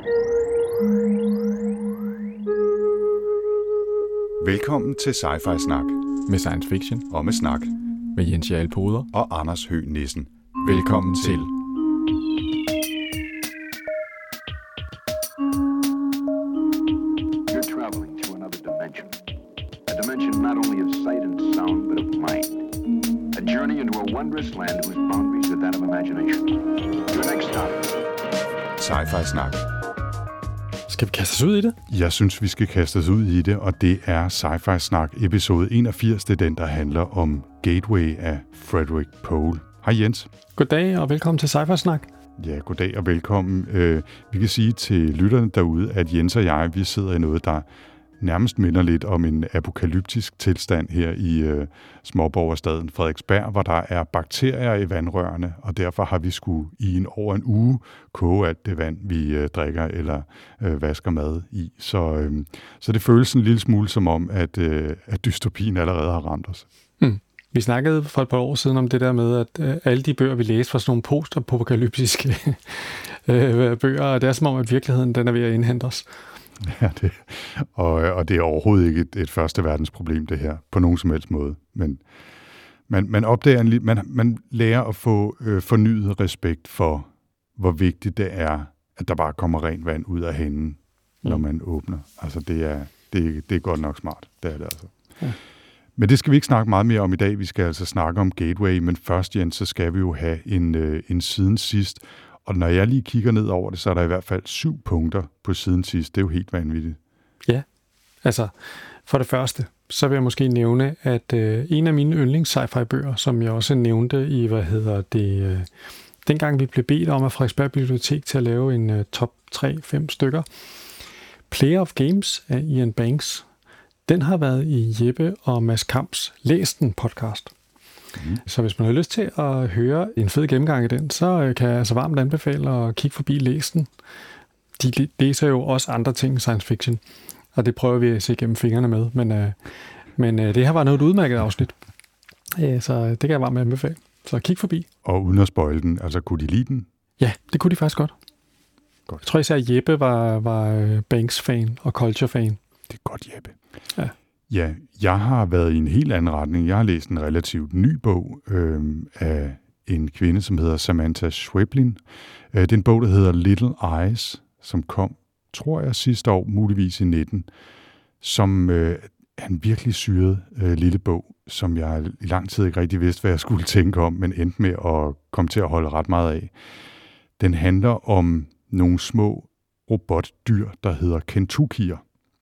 Velkommen til Sci-Fi Snak. Med science fiction. Og med snak. Med Jens Jarl Poder. Og Anders Høgh Nissen. Velkommen til. You're traveling to another dimension. A dimension not only of sight and sound, but of mind. A journey into a wondrous land whose boundaries are that of imagination. Your next stop. Sci-Fi Snak. Skal vi kaste os ud i det? Jeg synes, vi skal kaste os ud i det, og det er Sci-Fi Snak episode 81. Det er den, der handler om Gateway af Frederik Pohl. Hej Jens. Goddag og velkommen til Sci-Fi Snak. Ja, goddag og velkommen. Vi kan sige til lytterne derude, at Jens og jeg, vi sidder i noget, der nærmest minder lidt om en apokalyptisk tilstand her i småborgerstaden Frederiksberg, hvor der er bakterier i vandrørene, og derfor har vi skulle i over en uge koge alt det vand, vi drikker eller vasker mad i. Så det føles en lille smule som om, at dystopien allerede har ramt os. Vi snakkede for et par år siden om det der med, at alle de bøger, vi læste, var sådan nogle post-apokalyptiske bøger, og det er som om, at virkeligheden den er ved at indhente os. Ja, og det er overhovedet ikke et første verdensproblem, det her, på nogen som helst måde. Men man opdager man lærer at få fornyet respekt for, hvor vigtigt det er, at der bare kommer rent vand ud af hanen, når man åbner. Altså, det er godt nok smart. Det er det altså. Ja. Men det skal vi ikke snakke meget mere om i dag. Vi skal altså snakke om Gateway, men først, Jens, så skal vi jo have en siden sidst. Og når jeg lige kigger ned over det, så er der i hvert fald 7 punkter på siden sidst. Det er jo helt vanvittigt. Ja, altså for det første, så vil jeg måske nævne, at en af mine yndlings sci-fi-bøger, som jeg også nævnte i, dengang vi blev bedt om af Frederiksberg Bibliotek til at lave en top 3-5 stykker, Player of Games af Ian Banks, den har været i Jeppe og Mads Kamps Læs den podcast. Så hvis man har lyst til at høre en fed gennemgang af den, så kan jeg altså varmt anbefale at kigge forbi Læs den. De læser jo også andre ting end science fiction, og det prøver vi at se gennem fingrene med, men det her var noget udmærket afsnit, så det kan jeg varmt anbefale. Så kig forbi. Og uden at spoile den, altså kunne de lide den? Ja, det kunne de faktisk godt. Jeg tror især, at Jeppe var Banks-fan og Culture-fan. Det er godt, Jeppe. Ja. Ja, jeg har været i en helt anden retning. Jeg har læst en relativt ny bog af en kvinde, som hedder Samantha Schweblin. Det er en bog, der hedder Little Eyes, som kom, tror jeg, sidste år, muligvis i 19, som er en virkelig syret lille bog, som jeg i lang tid ikke rigtig vidste, hvad jeg skulle tænke om, men endte med at komme til at holde ret meget af. Den handler om nogle små robotdyr, der hedder Kentuckier.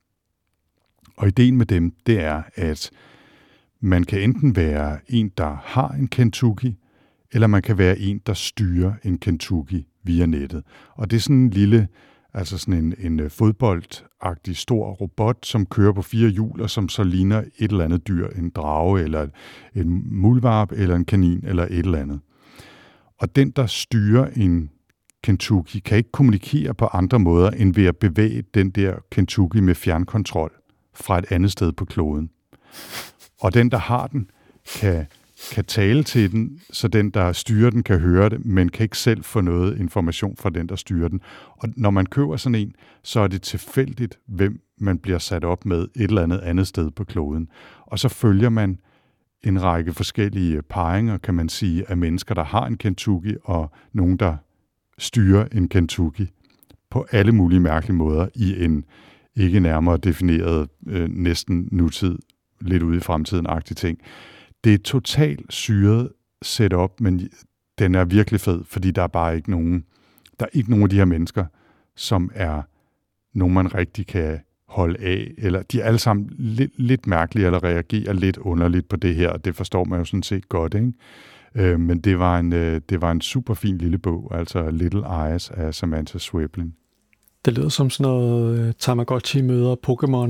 Og ideen med dem, det er, at man kan enten være en, der har en Kentucky, eller man kan være en, der styrer en Kentucky via nettet. Og det er sådan en lille, altså sådan en fodboldagtig stor robot, som kører på 4 hjul, og som så ligner et eller andet dyr, en drage, eller en muldvarp, eller en kanin, eller et eller andet. Og den, der styrer en Kentucky, kan ikke kommunikere på andre måder, end ved at bevæge den der Kentucky med fjernkontrol fra et andet sted på kloden. Og den, der har den, kan tale til den, så den, der styrer den, kan høre det, men kan ikke selv få noget information fra den, der styrer den. Og når man køber sådan en, så er det tilfældigt, hvem man bliver sat op med et eller andet sted på kloden. Og så følger man en række forskellige paringer, kan man sige, af mennesker, der har en Kentucky, og nogen, der styrer en Kentucky på alle mulige mærkelige måder i en ikke nærmere defineret, næsten nutid, lidt ude i fremtiden-agtig ting. Det er et totalt syret setup, men den er virkelig fed, fordi der er bare ikke nogen af de her mennesker, som er nogen, man rigtig kan holde af, eller de er alle sammen lidt mærkelige, eller reagerer lidt underligt på det her, og det forstår man jo sådan set godt, ikke? Men det var en super fin lille bog, altså Little Eyes af Samantha Schweblin. Det lyder som sådan noget Tamagotchi møder Pokémon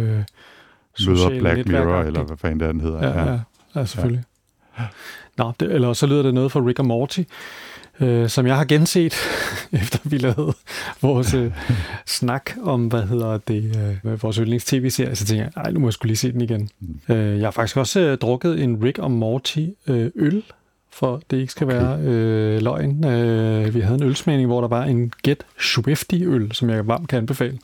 møder Black Mirror, eller hvad fanden den hedder. Ja, selvfølgelig. Ja. Nå, eller så lyder det noget fra Rick og Morty, som jeg har genset, efter vi lavede vores snak om, vores yndlings-tv-serie, så tænker jeg, nu må jeg skulle lige se den igen. Jeg har faktisk også drukket en Rick og Morty øl for det ikke skal være løgn. Vi havde en ølsmagning, hvor der var en Get Swifty-øl, som jeg varmt kan anbefale.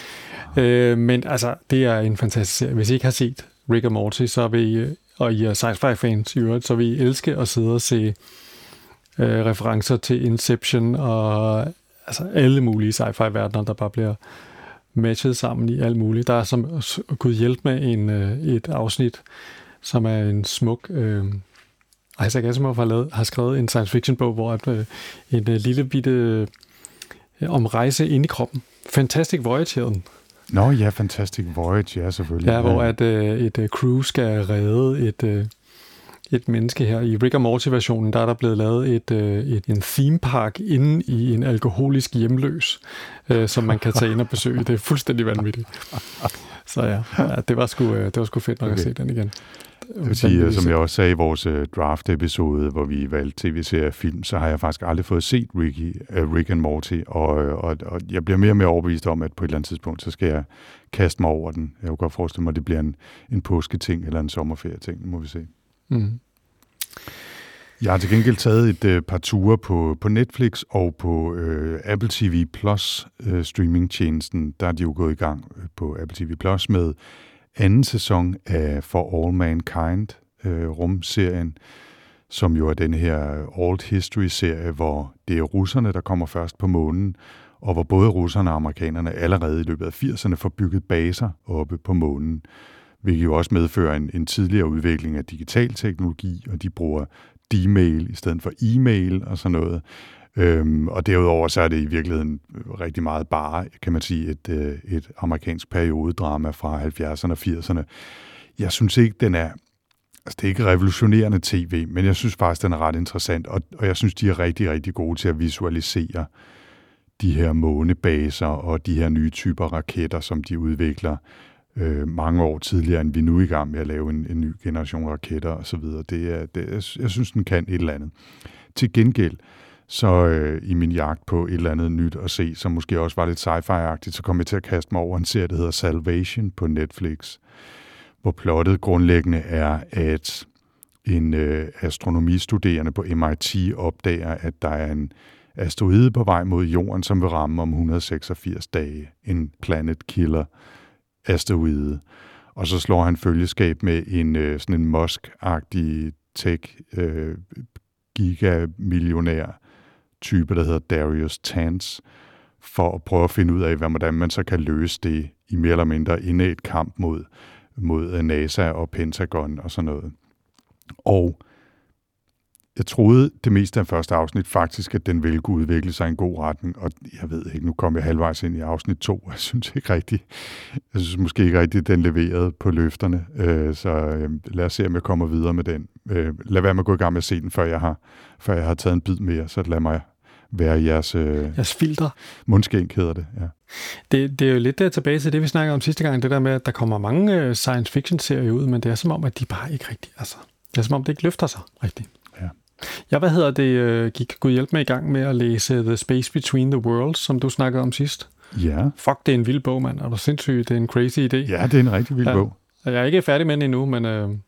Men altså, det er en fantastisk serie. Hvis I ikke har set Rick og Morty, så vil I, og I er sci-fi-fans i øvrigt, så vil I elske at sidde og se referencer til Inception og altså alle mulige sci-fi-verdener, der bare bliver matchet sammen i alt muligt. Der er som Gud hjælp med et afsnit, som er en smuk... Isaac Asimov har skrevet en science fiction bog, hvor en lille bitte om rejse ind i kroppen. Fantastic Voyage hed den. Nå ja, Fantastic Voyage, ja selvfølgelig. Ja, hvor et crew skal redde et menneske her. I Rick og Morty-versionen, der er der blevet lavet en theme park inde i en alkoholisk hjemløs, som man kan tage ind og besøge. Det er fuldstændig vanvittigt. Så ja, det var sgu fedt nok at se den igen. Det vil sige, som jeg også sagde i vores draft-episode, hvor vi valgte tv-serier og film, så har jeg faktisk aldrig fået set Rick and Morty, og jeg bliver mere og mere overbevist om, at på et eller andet tidspunkt, så skal jeg kaste mig over den. Jeg kan godt forestille mig, at det bliver en påsketing eller en sommerferie-ting. Nu må vi se. Mm. Jeg har til gengæld taget et par ture på Netflix og på Apple TV Plus streamingtjenesten. Der er de jo gået i gang på Apple TV Plus med anden sæson af For All Mankind, rumserien, som jo er den her Alt History-serie, hvor det er russerne, der kommer først på månen, og hvor både russerne og amerikanerne allerede i løbet af 80'erne får bygget baser oppe på månen, hvilket jo også medfører en tidligere udvikling af digital teknologi, og de bruger D-mail i stedet for e-mail og sådan noget. Og derudover så er det i virkeligheden rigtig meget bare, kan man sige, et amerikansk periodedrama fra 70'erne og 80'erne. Jeg synes ikke, den er... Altså, det er ikke revolutionerende tv, men jeg synes faktisk, den er ret interessant, og jeg synes, de er rigtig, rigtig gode til at visualisere de her månebaser og de her nye typer raketter, som de udvikler mange år tidligere, end vi nu er i gang med at lave en ny generation raketter og så videre. Jeg synes, den kan et eller andet. Til gengæld, så i min jagt på et eller andet nyt at se, som måske også var lidt sci-fi-agtigt, så kom jeg til at kaste mig over en serie, der hedder Salvation på Netflix, hvor plottet grundlæggende er, at en astronomistuderende på MIT opdager, at der er en asteroide på vej mod jorden, som vil ramme om 186 dage. En planet killer asteroide. Og så slår han følgeskab med sådan en Musk-agtig tech-gigamillionær type, der hedder Darius Tans, for at prøve at finde ud af, hvordan man så kan løse det i mere eller mindre indædt kamp mod NASA og Pentagon og sådan noget. Og jeg troede det meste af første afsnit faktisk, at den ville kunne udvikle sig i en god retning, og jeg ved ikke, nu kom jeg halvvejs ind i afsnit 2, og jeg synes måske ikke rigtigt, den leverede på løfterne, så lad os se, om jeg kommer videre med den. Lad være med at gå i gang med at se den, før jeg har taget en bid mere, så lad mig være jeres filter. Mundskænk hedder det, ja. Det er jo lidt der tilbage til det, vi snakker om sidste gang, det der med, at der kommer mange science fiction-serier ud, men det er som om, at de bare ikke rigtigt, altså, det er som om, det ikke løfter sig rigtigt. Ja. Jeg gik Gud hjælp med i gang med at læse The Space Between the Worlds, som du snakkede om sidst. Ja. Fuck, det er en vild bog, mand. Er du sindssyg? Det er en crazy idé. Ja, det er en rigtig vild bog. Jeg er ikke færdig med den endnu, men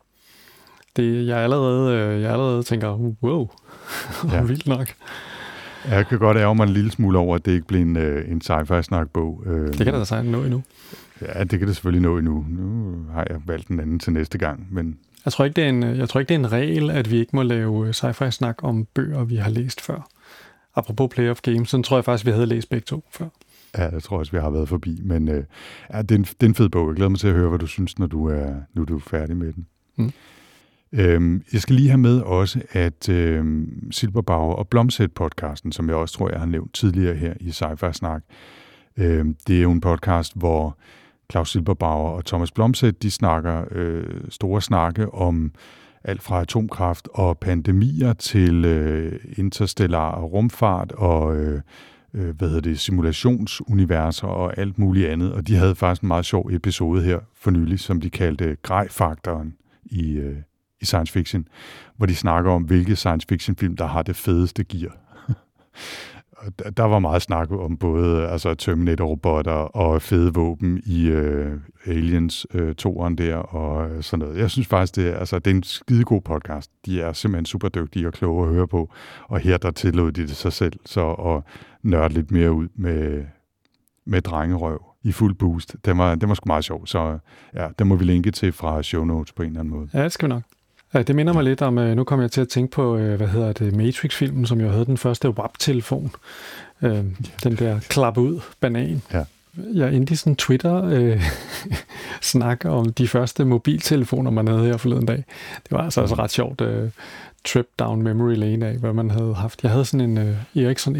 jeg allerede tænker, wow, ja. Vildt nok. Jeg kan godt ærge mig en lille smule over, at det ikke blev en sci-fi-snak-bog. Det kan da sagtens nå endnu. Ja, det kan det selvfølgelig nå endnu. Nu har jeg valgt en anden til næste gang, men... Jeg tror ikke, det er en regel, at vi ikke må lave sci-fi-snak om bøger, vi har læst før. Apropos Play of Games, så tror jeg faktisk, vi havde læst begge to før. Ja, jeg tror også, vi har været forbi, men det er en fed bog. Jeg glæder mig til at høre, hvad du synes, når du er færdig med den. Jeg skal lige have med også, at Silberbauer og Blomstedt-podcasten, som jeg også tror, jeg har nævnt tidligere her i Sci-Fi-snak, det er jo en podcast, hvor Claus Silberbauer og Thomas Blomstedt, de snakker store snakke om alt fra atomkraft og pandemier til interstellar rumfart og simulationsuniverser og alt muligt andet. Og de havde faktisk en meget sjov episode her for nylig, som de kaldte Grej-faktoren i science fiction, hvor de snakker om, hvilke science fiction film, der har det fedeste gear. der var meget snak om både altså Terminator-robotter og fede våben i Aliens 2'eren der og sådan noget. Jeg synes faktisk, det er en skidegod podcast. De er simpelthen super dygtige og kloge at høre på, og her der tillod de det sig selv så at nørde lidt mere ud med drengerøv i fuld boost. Den var sgu meget sjov, så ja, den må vi linke til fra show notes på en eller anden måde. Ja, det skal vi nok. Ja, det minder mig lidt om, nu kommer jeg til at tænke på, Matrix-filmen, som jo havde den første WAP-telefon. Den der klap ud banan. Ja. Jeg endte i sådan en Twitter-snak om de første mobiltelefoner, man havde her forleden dag. Det var altså ret sjovt trip down memory lane af, hvad man havde haft. Jeg havde sådan en Ericsson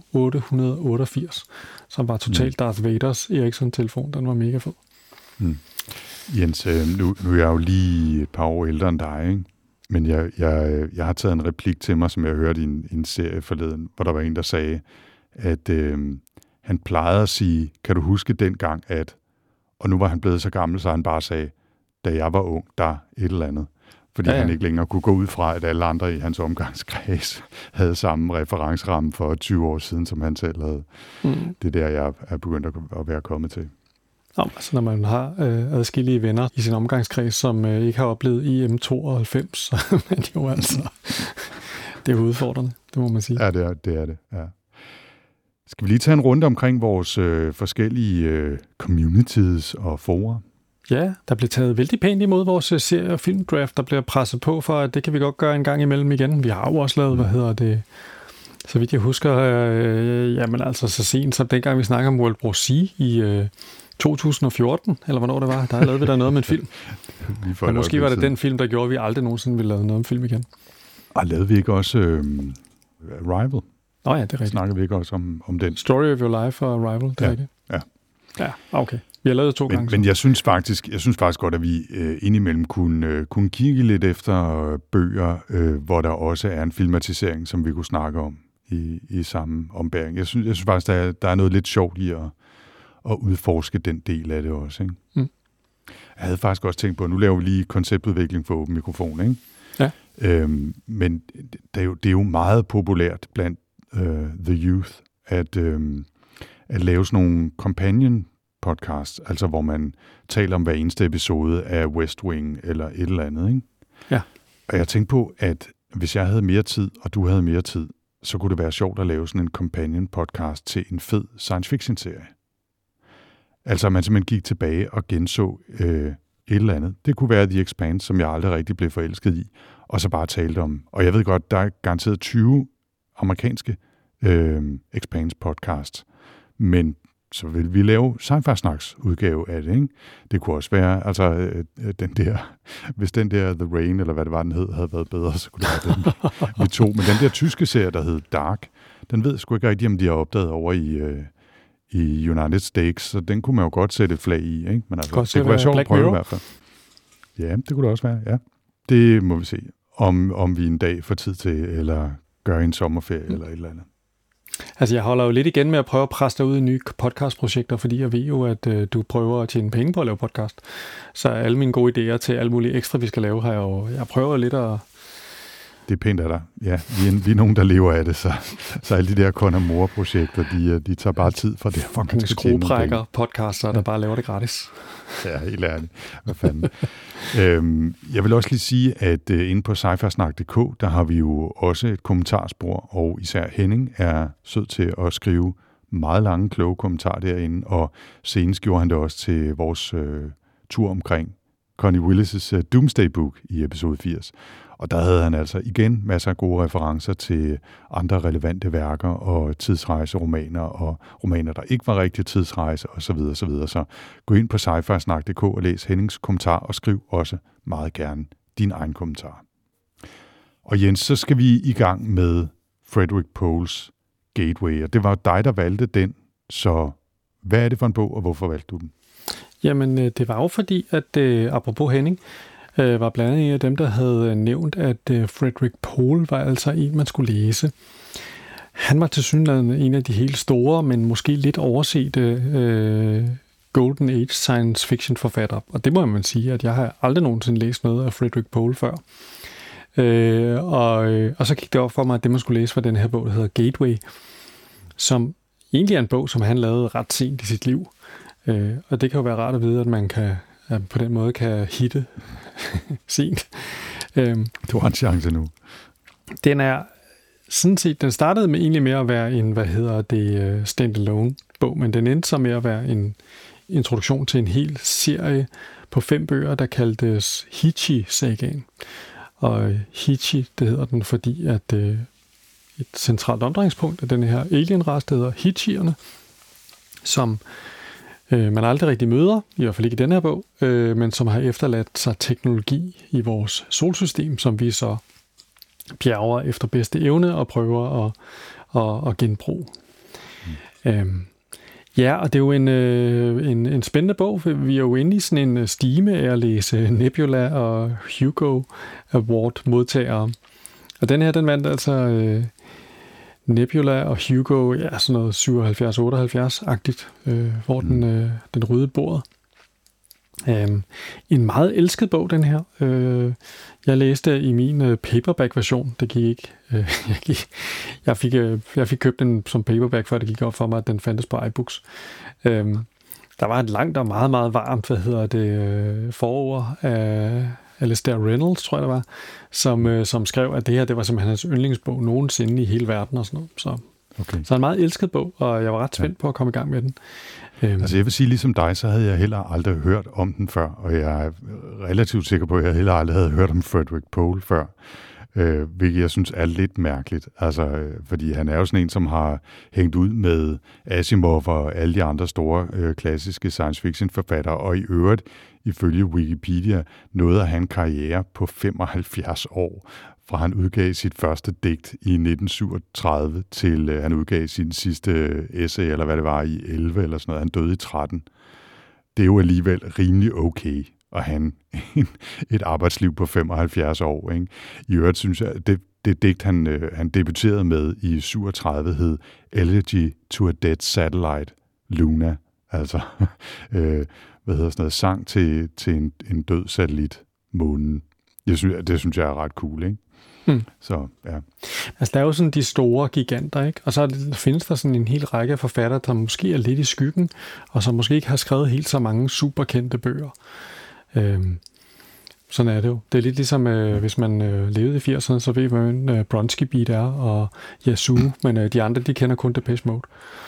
SH888, som var totalt Darth Vaders Ericsson-telefon. Den var mega fed. Mm. Jens, nu er jeg jo lige et par år ældre end dig, ikke? Men jeg har taget en replik til mig, som jeg hørte i en serie forleden, hvor der var en, der sagde, at han plejede at sige, kan du huske dengang, at... Og nu var han blevet så gammel, så han bare sagde, da jeg var ung, der et eller andet. Fordi han ikke længere kunne gå ud fra, at alle andre i hans omgangskreds havde samme referenceramme for 20 år siden, som han selv havde. Det der, jeg er begyndt at være kommet til. Altså, når man har adskillige venner i sin omgangskreds, som ikke har oplevet EM92, så er det jo altså... det er udfordrende, det må man sige. Ja, det er det, ja. Skal vi lige tage en runde omkring vores forskellige communities og forer? Ja, der bliver taget vældig pænt imod vores serie- og filmdraft, der bliver presset på for, at det kan vi godt gøre en gang imellem igen. Vi har jo også lavet, så vidt jeg husker, jamen altså så sent som dengang vi snakker om World War C i 2014, eller hvornår det var, der lavede vi der noget med en film. Men måske var det den film, der gjorde, at vi aldrig nogensinde ville lave noget om film igen. Og lavede vi ikke også Arrival? Ja, det er rigtigt. Snakker vi ikke også om den? Story of Your Life og Arrival, det er rigtigt. Ja, okay. Vi har lavet det 2 gange. Men jeg synes faktisk godt, at vi indimellem kunne kigge lidt efter bøger, hvor der også er en filmatisering, som vi kunne snakke om i samme ombæring. Jeg synes faktisk, der er noget lidt sjovt i at udforske den del af det også. Ikke? Jeg havde faktisk også tænkt på, at nu laver vi lige konceptudvikling for åben mikrofon, ikke? Ja. Men det er jo meget populært blandt the youth at lave sådan nogle companion podcasts, altså hvor man taler om hver eneste episode af West Wing eller et eller andet, ikke? Ja. Og jeg tænkte på, at hvis jeg havde mere tid, og du havde mere tid, så kunne det være sjovt at lave sådan en companion podcast til en fed science fiction serie. Altså man simpelthen gik tilbage og genså et eller andet. Det kunne være The Expanse, som jeg aldrig rigtig blev forelsket i, og så bare talte om. Og jeg ved godt, der er garanteret 20 amerikanske Expanse podcasts, men så vil vi lave sci-fi-snaks udgave af det, ikke? Det kunne også være, altså den der, hvis den der The Rain, eller hvad det var, den hed, havde været bedre, så kunne det være den, vi tog. Men den der tyske serie, der hed Dark, den ved jeg sgu ikke rigtig, om de har opdaget over i United States, så den kunne man jo godt sætte et flag i, ikke? Men altså, det kunne være sjovt at prøve i hvert fald. Ja, det kunne det også være, ja. Det må vi se, om vi en dag får tid til, eller gør en sommerferie, eller et eller andet. Altså, jeg holder jo lidt igen med at prøve at presse dig ud i nye podcastprojekter, fordi jeg ved jo, at du prøver at tjene penge på at lave podcast. Så alle mine gode idéer til alle mulige ekstra, vi skal lave, har jeg prøver lidt at... Det er pænt af dig. Ja, vi er nogen, der lever af det, så alle de der Conor Moore-projekter, de tager bare tid fra det. Fucking skrueprækker podcaster, der bare laver det gratis. Ja, helt ærligt. Hvad fanden. Jeg vil også lige sige, at inde på sci-fi-snak.dk, der har vi jo også et kommentarspor, og især Henning er sød til at skrive meget lange, kloge kommentarer derinde, og senest gjorde han det også til vores tur omkring Connie Willis' Doomsday Book i episode 80. Og der havde han altså igen masser af gode referencer til andre relevante værker og tidsrejseromaner og romaner, der ikke var rigtig tidsrejse osv. osv. Så gå ind på sci-fi-snak.dk og læs Hennings kommentar og skriv også meget gerne din egen kommentar. Og Jens, så skal vi i gang med Frederik Poles Gateway, og det var dig, der valgte den. Så hvad er det for en bog, og hvorfor valgte du den? Jamen, det var jo fordi, at apropos Henning, var blandt andet en af dem, der havde nævnt, at Frederik Pohl var altså en, man skulle læse. Han var tilsyneladende en af de helt store, men måske lidt oversete Golden Age science fiction forfatter. Og det må man sige, at jeg har aldrig nogensinde læst noget af Frederik Pohl før. Og så gik det op for mig, at det, man skulle læse, var den her bog, der hedder Gateway. som egentlig er en bog, som han lavede ret sent i sit liv. Og det kan jo være rart at vide, at man på den måde kan hitte sent. Du har en chance nu. Den er sådan set, den startede med egentlig med at være en, standalone bog, men den endte så med at være en introduktion til en hel serie på 5 bøger, der kaldtes Hichi-sagaen. Og Hichi, det hedder den, fordi at et centralt omdrejningspunkt af den her alien-race, der hedder Hichierne, som man aldrig rigtig møder, i hvert fald ikke i den her bog, men som har efterladt sig teknologi i vores solsystem, som vi så bjerger efter bedste evne og prøver at genbruge. Ja, og det er jo en spændende bog. Vi er jo inde i sådan en stime af at læse Nebula og Hugo Award-modtagere. Og den her, den vandt altså Nebula og Hugo, ja, sådan noget 77-78-agtigt, hvor den ryddede bordet. En meget elsket bog, den her. Jeg læste i min paperback-version. Det gik ikke. Jeg fik købt den som paperback, før det gik op for mig, at den fandtes på iBooks. Der var et langt og meget, meget varmt, forord af Alastair Reynolds, tror jeg det var, som skrev, at det her, det var simpelthen hans yndlingsbog nogensinde i hele verden og sådan noget. Så en meget elsket bog, og jeg var ret spændt på at komme i gang med den. Altså jeg vil sige, ligesom dig, så havde jeg heller aldrig hørt om den før, og jeg er relativt sikker på, at jeg heller aldrig havde hørt om Frederik Pohl før, hvilket jeg synes er lidt mærkeligt, altså fordi han er jo sådan en, som har hængt ud med Asimov og alle de andre store klassiske science fiction forfattere, og i øvrigt, ifølge Wikipedia, nåede han karriere på 75 år, fra han udgav sit første digt i 1937 til han udgav sin sidste essay, eller hvad det var, i 11 eller sådan noget. Han døde i 13. Det er jo alligevel rimelig okay at have et arbejdsliv på 75 år. Ikke? I øvrigt synes jeg, det digt, han debuterede med i 37, hed Elegy to a Dead Satellite, Luna. Altså, sang til en død satellit, månen. Det synes jeg er ret cool, ikke? Så, ja. Altså, der er jo sådan de store giganter, ikke? Og så findes der sådan en hel række af forfattere, der måske er lidt i skyggen, og som måske ikke har skrevet helt så mange superkendte bøger. Sådan er det jo. Det er lidt ligesom, hvis man levede i 80'erne, så ved man, hvad Bronski Beat er, og Yazoo, men de andre, de kender kun Depeche Mode.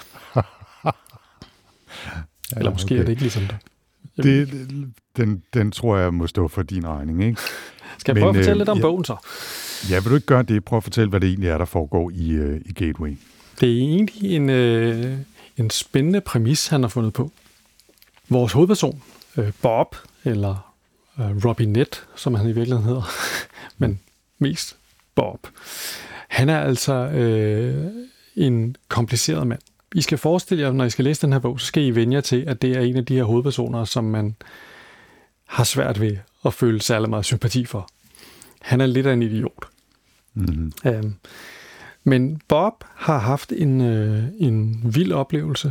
Eller måske okay. Er det ikke ligesom det. Den tror jeg må stå for din regning, ikke? Skal jeg prøve at fortælle lidt om bogen så? Ja, vil du ikke gøre det? Prøv at fortælle, hvad det egentlig er, der foregår i Gateway. Det er egentlig en spændende præmis, han har fundet på. Vores hovedperson, Bob, eller Robinette, som han i virkeligheden hedder, men mest Bob. Han er altså en kompliceret mand. I skal forestille jer, når I skal læse den her bog, så skal I vende jer til, at det er en af de her hovedpersoner, som man har svært ved at føle særlig meget sympati for. Han er lidt af en idiot. Mm-hmm. Men Bob har haft en vild oplevelse.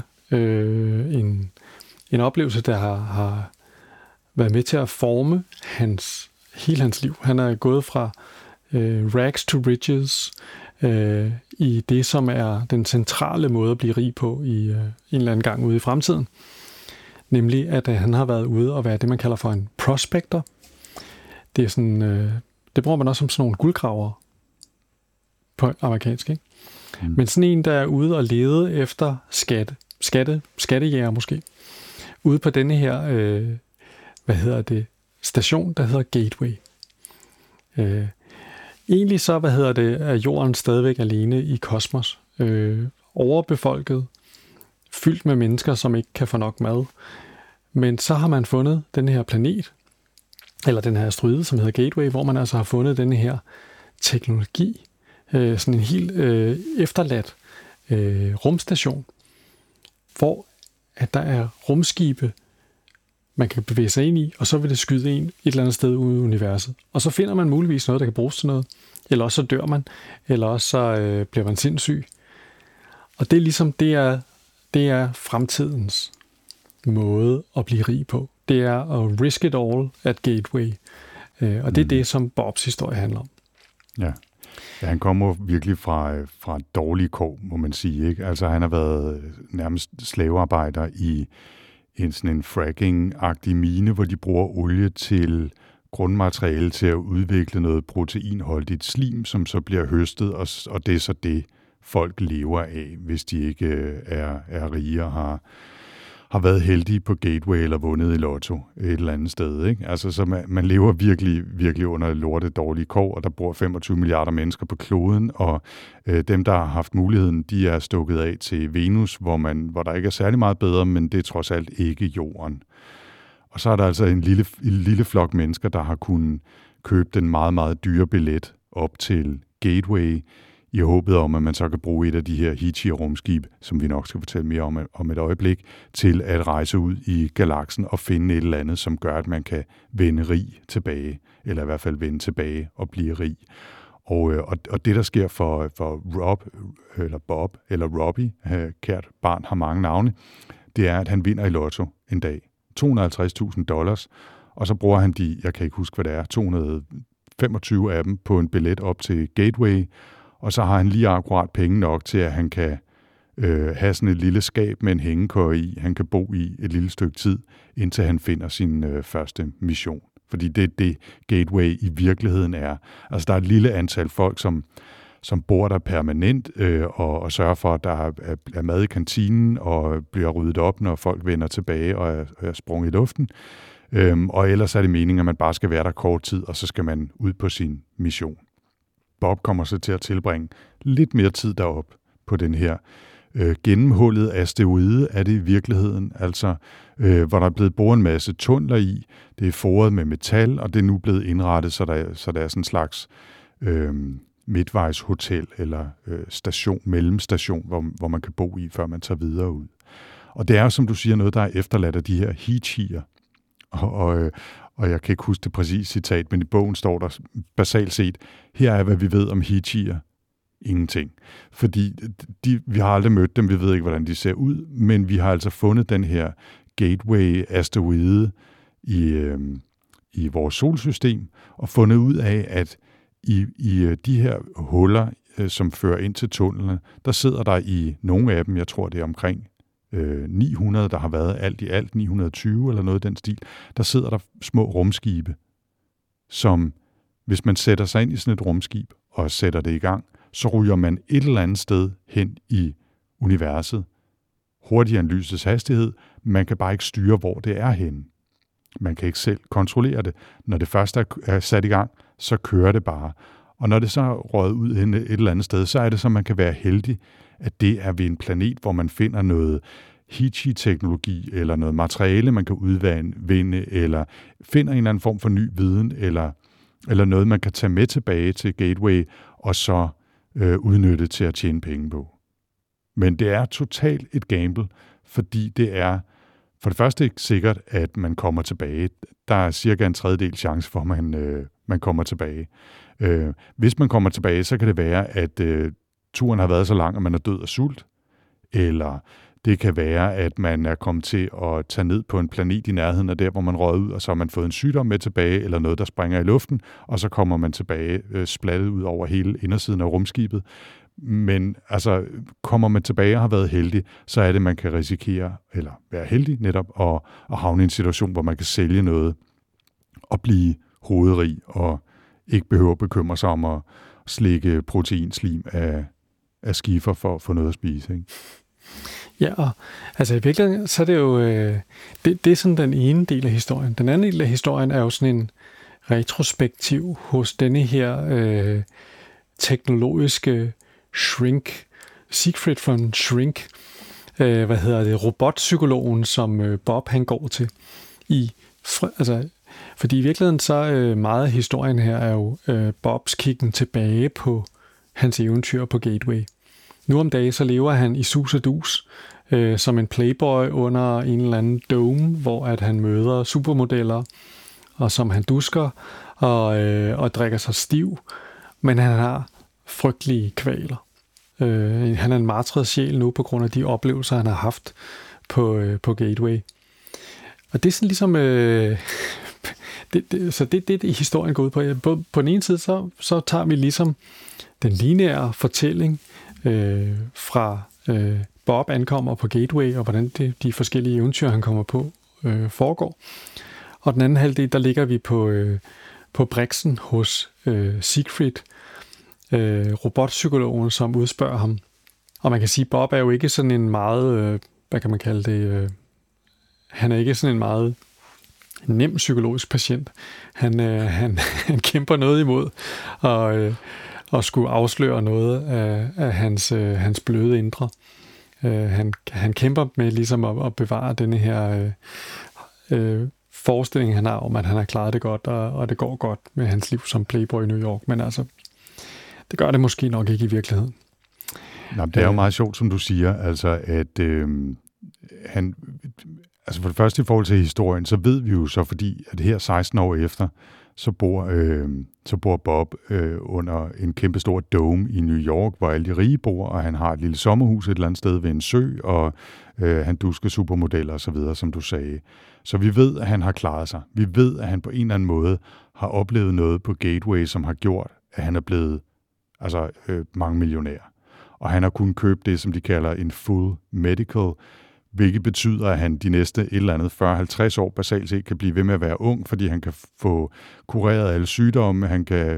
En oplevelse, der har været med til at forme hele hans liv. Han er gået fra rags to riches i det, som er den centrale måde at blive rig på i en eller anden gang ude i fremtiden. Nemlig, at han har været ude og være det, man kalder for en prospector. Det er sådan, det bruger man også som sådan nogle guldgravere på amerikansk, ikke? Men sådan en, der er ude og lede efter skattejæger måske. Ude på denne her, station, der hedder Gateway. Egentlig så, er jorden stadigvæk alene i kosmos. Overbefolket, fyldt med mennesker, som ikke kan få nok mad. Men så har man fundet den her planet, eller den her asteroide, som hedder Gateway, hvor man altså har fundet den her teknologi, sådan en helt efterladt rumstation, hvor at der er rumskibe, man kan bevæge sig ind i, og så vil det skyde en et eller andet sted ude i universet. Og så finder man muligvis noget, der kan bruges til noget. Eller også så dør man, eller også så bliver man sindssyg. Og det er ligesom, det er fremtidens måde at blive rig på. Det er at risk it all at Gateway. Og det er det, som Bobs historie handler om. Ja. Ja, han kommer virkelig fra dårlige kår, må man sige, ikke? Altså, han har været nærmest slavearbejder i sådan en fracking-agtig mine, hvor de bruger olie til grundmateriale til at udvikle noget proteinholdigt slim, som så bliver høstet, og det er så det, folk lever af, hvis de ikke er rige og har været heldige på Gateway eller vundet i lotto et eller andet sted, ikke? Altså, så man lever virkelig, virkelig under lorte dårlige kår, og der bor 25 milliarder mennesker på kloden, og dem, der har haft muligheden, de er stukket af til Venus, hvor der ikke er særlig meget bedre, men det er trods alt ikke jorden. Og så er der altså en lille flok mennesker, der har kunnet købe den meget, meget dyre billet op til Gateway, i håbet om, at man så kan bruge et af de her Hichi-rumskib, som vi nok skal fortælle mere om et øjeblik, til at rejse ud i galaksen og finde et eller andet, som gør, at man kan vende rig tilbage, eller i hvert fald vende tilbage og blive rig. Og det, der sker for Bob, eller Robbie, kært barn har mange navne, det er, at han vinder i lotto en dag. $250,000, og så bruger han jeg kan ikke huske, hvad det er, 225 af dem på en billet op til Gateway, og så har han lige akkurat penge nok til, at han kan have sådan et lille skab med en hængekøje i, han kan bo i et lille stykke tid, indtil han finder sin første mission. Fordi det er det, Gateway i virkeligheden er. Altså, der er et lille antal folk, som bor der permanent og sørger for, at der er mad i kantinen og bliver ryddet op, når folk vender tilbage og er sprunget i luften. Og ellers er det meningen, at man bare skal være der kort tid, og så skal man ud på sin mission. Bob kommer så til at tilbringe lidt mere tid derop på den her gennemhullet asteroide, er det i virkeligheden, altså hvor der er blevet boret en masse tunneler i, det er foret med metal, og det er nu blevet indrettet, så der er sådan en slags midtvejshotel eller mellemstation, hvor man kan bo i, før man tager videre ud. Og det er jo, som du siger, noget, der er efterladt af de her Hichi'er. Og jeg kan ikke huske det præcise citat, men i bogen står der basalt set, her er, hvad vi ved om Hichi'er. Ingenting. Fordi vi har aldrig mødt dem, vi ved ikke, hvordan de ser ud, men vi har altså fundet den her Gateway-asteroide i vores solsystem, og fundet ud af, at i de her huller, som fører ind til tunnelerne, der sidder der i nogle af dem, jeg tror det er omkring 900, der har været alt i alt, 920 eller noget i den stil, der sidder der små rumskibe, som hvis man sætter sig ind i sådan et rumskib og sætter det i gang, så ryger man et eller andet sted hen i universet, hurtigere end lysets hastighed. Man kan bare ikke styre, hvor det er henne. Man kan ikke selv kontrollere det. Når det først er sat i gang, så kører det bare. Og når det så er røget ud hen et eller andet sted, så er det så, man kan være heldig, at det er ved en planet, hvor man finder noget Hichi-teknologi, eller noget materiale, man kan udvinde, eller finder en eller anden form for ny viden, eller noget, man kan tage med tilbage til Gateway, og så udnytte til at tjene penge på. Men det er totalt et gamble, fordi det er for det første ikke sikkert, at man kommer tilbage. Der er cirka en tredjedel chance for, at man kommer tilbage. Hvis man kommer tilbage, så kan det være, at turen har været så lang, at man er død af sult, eller det kan være, at man er kommet til at tage ned på en planet i nærheden af der, hvor man røg ud, og så har man fået en sygdom med tilbage, eller noget, der springer i luften, og så kommer man tilbage splattet ud over hele indersiden af rumskibet. Men altså, kommer man tilbage og har været heldig, så er det, man kan risikere, eller være heldig netop, at havne i en situation, hvor man kan sælge noget og blive hovedrig, og ikke behøver at bekymre sig om at slikke proteinslim af skifer for at få noget at spise, ikke? Ja, og altså i virkeligheden, så er det jo, det er sådan den ene del af historien. Den anden del af historien er jo sådan en retrospektiv hos denne her teknologiske shrink, Siegfried von Shrink, robotpsykologen, som Bob han går til. Fordi i virkeligheden så meget af historien her er jo Bobs kiggen tilbage på hans eventyr på Gateway. Nu om dagen så lever han i sus og dus som en playboy under en eller anden dome, hvor at han møder supermodeller, og som han dusker og drikker sig stiv, men han har frygtelige kvaler. Han er en martret sjæl nu på grund af de oplevelser, han har haft på Gateway. Og det er sådan ligesom det historien går ud på. På den ene side, så tager vi ligesom den lineære fortælling fra Bob ankommer på Gateway, og hvordan de forskellige eventyr, han kommer på, foregår. Og den anden halvdel, der ligger vi på briksen hos Siegfried, robotpsykologen, som udspørger ham. Og man kan sige, Bob er jo ikke sådan en meget, hvad kan man kalde det, han er ikke sådan en meget nem psykologisk patient. Han kæmper noget imod og skulle afsløre noget af hans bløde indre. Han kæmper med ligesom at bevare denne her forestilling, han har om, at han har klaret det godt, og det går godt med hans liv som playboy i New York. Men altså, det gør det måske nok ikke i virkeligheden. Nå, det er jo meget sjovt, som du siger, altså at han... Altså for det første i forhold til historien, så ved vi jo så, fordi at her 16 år efter, så bor Bob under en kæmpestor dome i New York, hvor alle de rige bor, og han har et lille sommerhus et eller andet sted ved en sø, og han dusker supermodeller og så videre, som du sagde. Så vi ved, at han har klaret sig. Vi ved, at han på en eller anden måde har oplevet noget på Gateway, som har gjort, at han er blevet mange millionær. Og han har kunnet købe det, som de kalder en full medical, hvilket betyder, at han de næste et eller andet 40-50 år basalt set kan blive ved med at være ung, fordi han kan få kureret alle sygdomme, han kan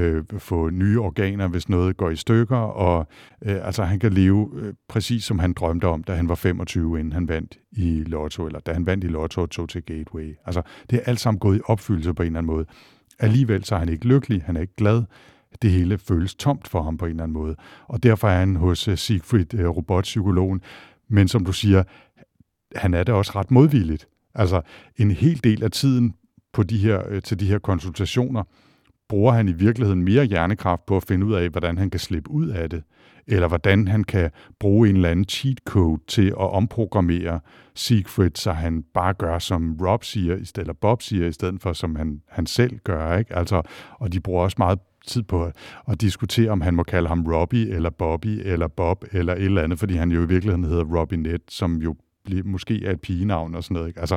få nye organer, hvis noget går i stykker, og han kan leve præcis som han drømte om, da han var 25, inden han vandt i Lotto, eller da han vandt i Lotto og tog til Gateway. Altså, det er alt sammen gået i opfyldelse på en eller anden måde. Alligevel så er han ikke lykkelig, han er ikke glad. Det hele føles tomt for ham på en eller anden måde. Og derfor er han hos Siegfried, robotpsykologen. Men som du siger, han er da også ret modvilligt. Altså en hel del af tiden på til de her konsultationer, bruger han i virkeligheden mere hjernekraft på at finde ud af, hvordan han kan slippe ud af det, eller hvordan han kan bruge en eller anden cheat code til at omprogrammere Siegfried, så han bare gør, som Bob siger, i stedet for, som han selv gør. Ikke? Altså, og de bruger også meget tid på at diskutere, om han må kalde ham Robbie, eller Bobby, eller Bob, eller et eller andet, fordi han jo i virkeligheden hedder Robinette, som jo måske er et pigenavn og sådan noget. Ikke? Altså,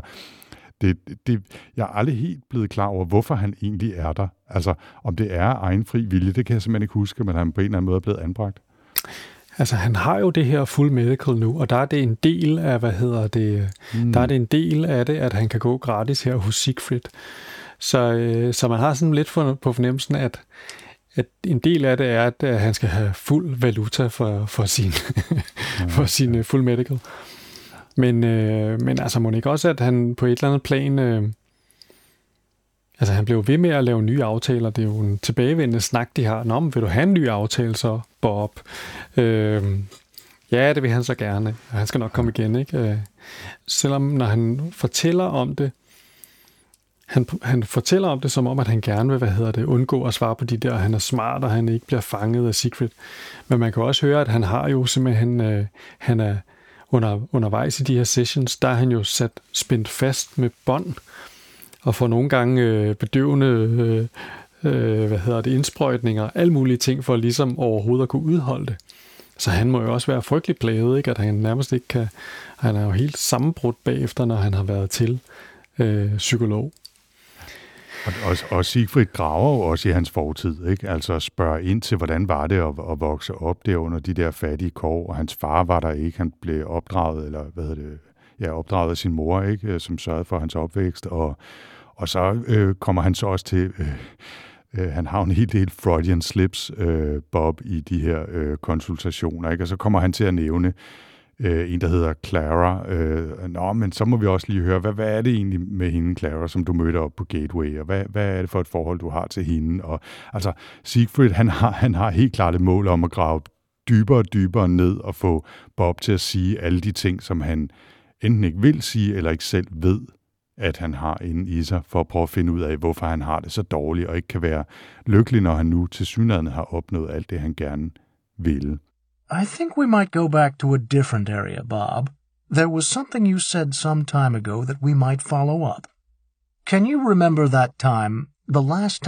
jeg er aldrig helt blevet klar over, hvorfor han egentlig er der. Altså, om det er egen fri vilje, det kan jeg simpelthen ikke huske, men han på en eller anden måde er blevet anbragt. Altså, han har jo det her full medical nu, og der er det en del af, der er det en del af det, at han kan gå gratis her hos Siegfried. Så man har sådan lidt på fornemmelsen, at en del af det er, at han skal have fuld valuta for sin full medical. Men altså, må ikke også, at han på et eller andet plan... han blev ved med at lave nye aftaler. Det er jo en tilbagevendende snak, de har. Nå, men vil du have en ny aftale så, Bob? Ja, det vil han så gerne. Han skal nok komme igen, ikke? Selvom når han fortæller om det, han fortæller om det som om, at han gerne vil, undgå at svare på de der, han er smart, og han ikke bliver fanget af Siegfried. Men man kan også høre, at han har jo simpelthen, han er undervejs i de her sessions, der er han jo spændt fast med bånd, og får nogle gange bedøvende, indsprøjtninger, alle mulige ting, for ligesom overhovedet at kunne udholde det. Så han må jo også være frygtelig plaget, ikke? At han nærmest ikke kan, han er jo helt sammenbrudt bagefter, når han har været til psykolog. Og Siegfried graver jo også i hans fortid, ikke? Altså spørger ind til, hvordan var det at vokse op der under de der fattige kår, og hans far var der ikke, han blev opdraget, opdraget af sin mor, ikke? Som sørgede for hans opvækst, og så kommer han så også til, han har en hel del Freudian slips, Bob, i de her konsultationer, ikke? Og så kommer han til at nævne en, der hedder Clara. Men så må vi også lige høre, hvad er det egentlig med hende, Clara, som du mødte op på Gateway, og hvad er det for et forhold, du har til hende? Og altså, Siegfried, han har helt klart et mål om at grave dybere og dybere ned og få Bob til at sige alle de ting, som han enten ikke vil sige, eller ikke selv ved, at han har inde i sig, for at prøve at finde ud af, hvorfor han har det så dårligt, og ikke kan være lykkelig, når han nu tilsyneladende har opnået alt det, han gerne vil. I think we might go back to a different area, Bob. There was something you said some time ago that we might follow up. Can you remember that time, the last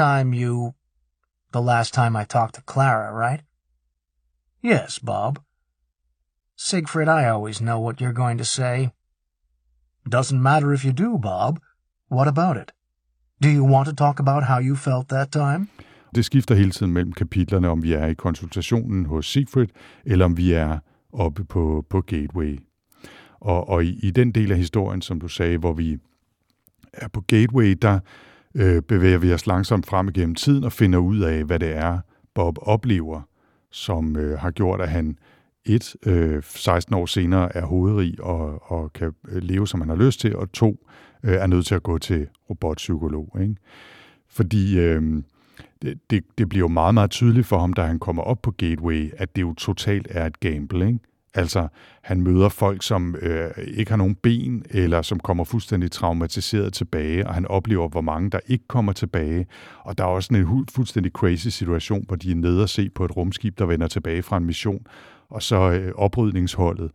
time I talked to Clara, right? Yes, Bob. Siegfried, I always know what you're going to say. Doesn't matter if you do, Bob. What about it? Do you want to talk about how you felt that time? Det skifter hele tiden mellem kapitlerne, om vi er i konsultationen hos Siegfried, eller om vi er oppe på Gateway. Og i den del af historien, som du sagde, hvor vi er på Gateway, der bevæger vi os langsomt frem igennem tiden og finder ud af, hvad det er, Bob oplever, som har gjort, at han 16 år senere er hovedrig og kan leve, som han har lyst til, og 2, er nødt til at gå til robotpsykolog. Ikke? Fordi det bliver jo meget, meget tydeligt for ham, da han kommer op på Gateway, at det jo totalt er et gamble, ikke? Altså, han møder folk, som ikke har nogen ben, eller som kommer fuldstændig traumatiseret tilbage, og han oplever, hvor mange der ikke kommer tilbage. Og der er også en fuldstændig crazy situation, hvor de er nede og se på et rumskib, der vender tilbage fra en mission, og så oprydningsholdet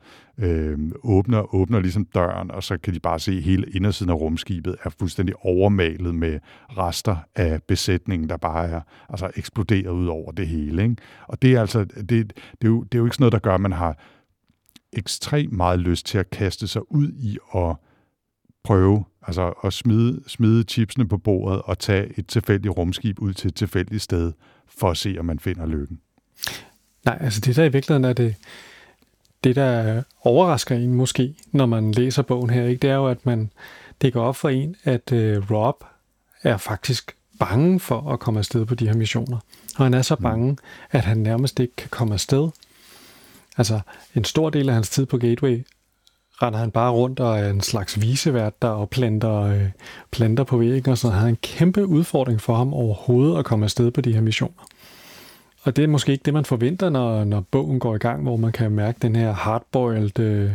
åbner ligesom døren, og så kan de bare se, at hele indersiden af rumskibet er fuldstændig overmalet med rester af besætningen, der bare er altså eksploderet ud over det hele. Ikke? Og det er altså det er jo ikke sådan noget, der gør, at man har ekstremt meget lyst til at kaste sig ud i at prøve, altså at smide chipsene på bordet og tage et tilfældigt rumskib ud til et tilfældigt sted, for at se, om man finder lykken. Nej, altså det der i virkeligheden er det der overrasker en måske, når man læser bogen her, ikke? Det er jo, at det går op for en, at Rob er faktisk bange for at komme afsted på de her missioner. Og han er så bange, at han nærmest ikke kan komme afsted. Altså, en stor del af hans tid på Gateway render han bare rundt og er en slags visevært, der og planter på væggen og sådan. Han har en kæmpe udfordring for ham overhovedet at komme afsted på de her missioner. Og det er måske ikke det, man forventer, når bogen går i gang, hvor man kan mærke den her hardboiled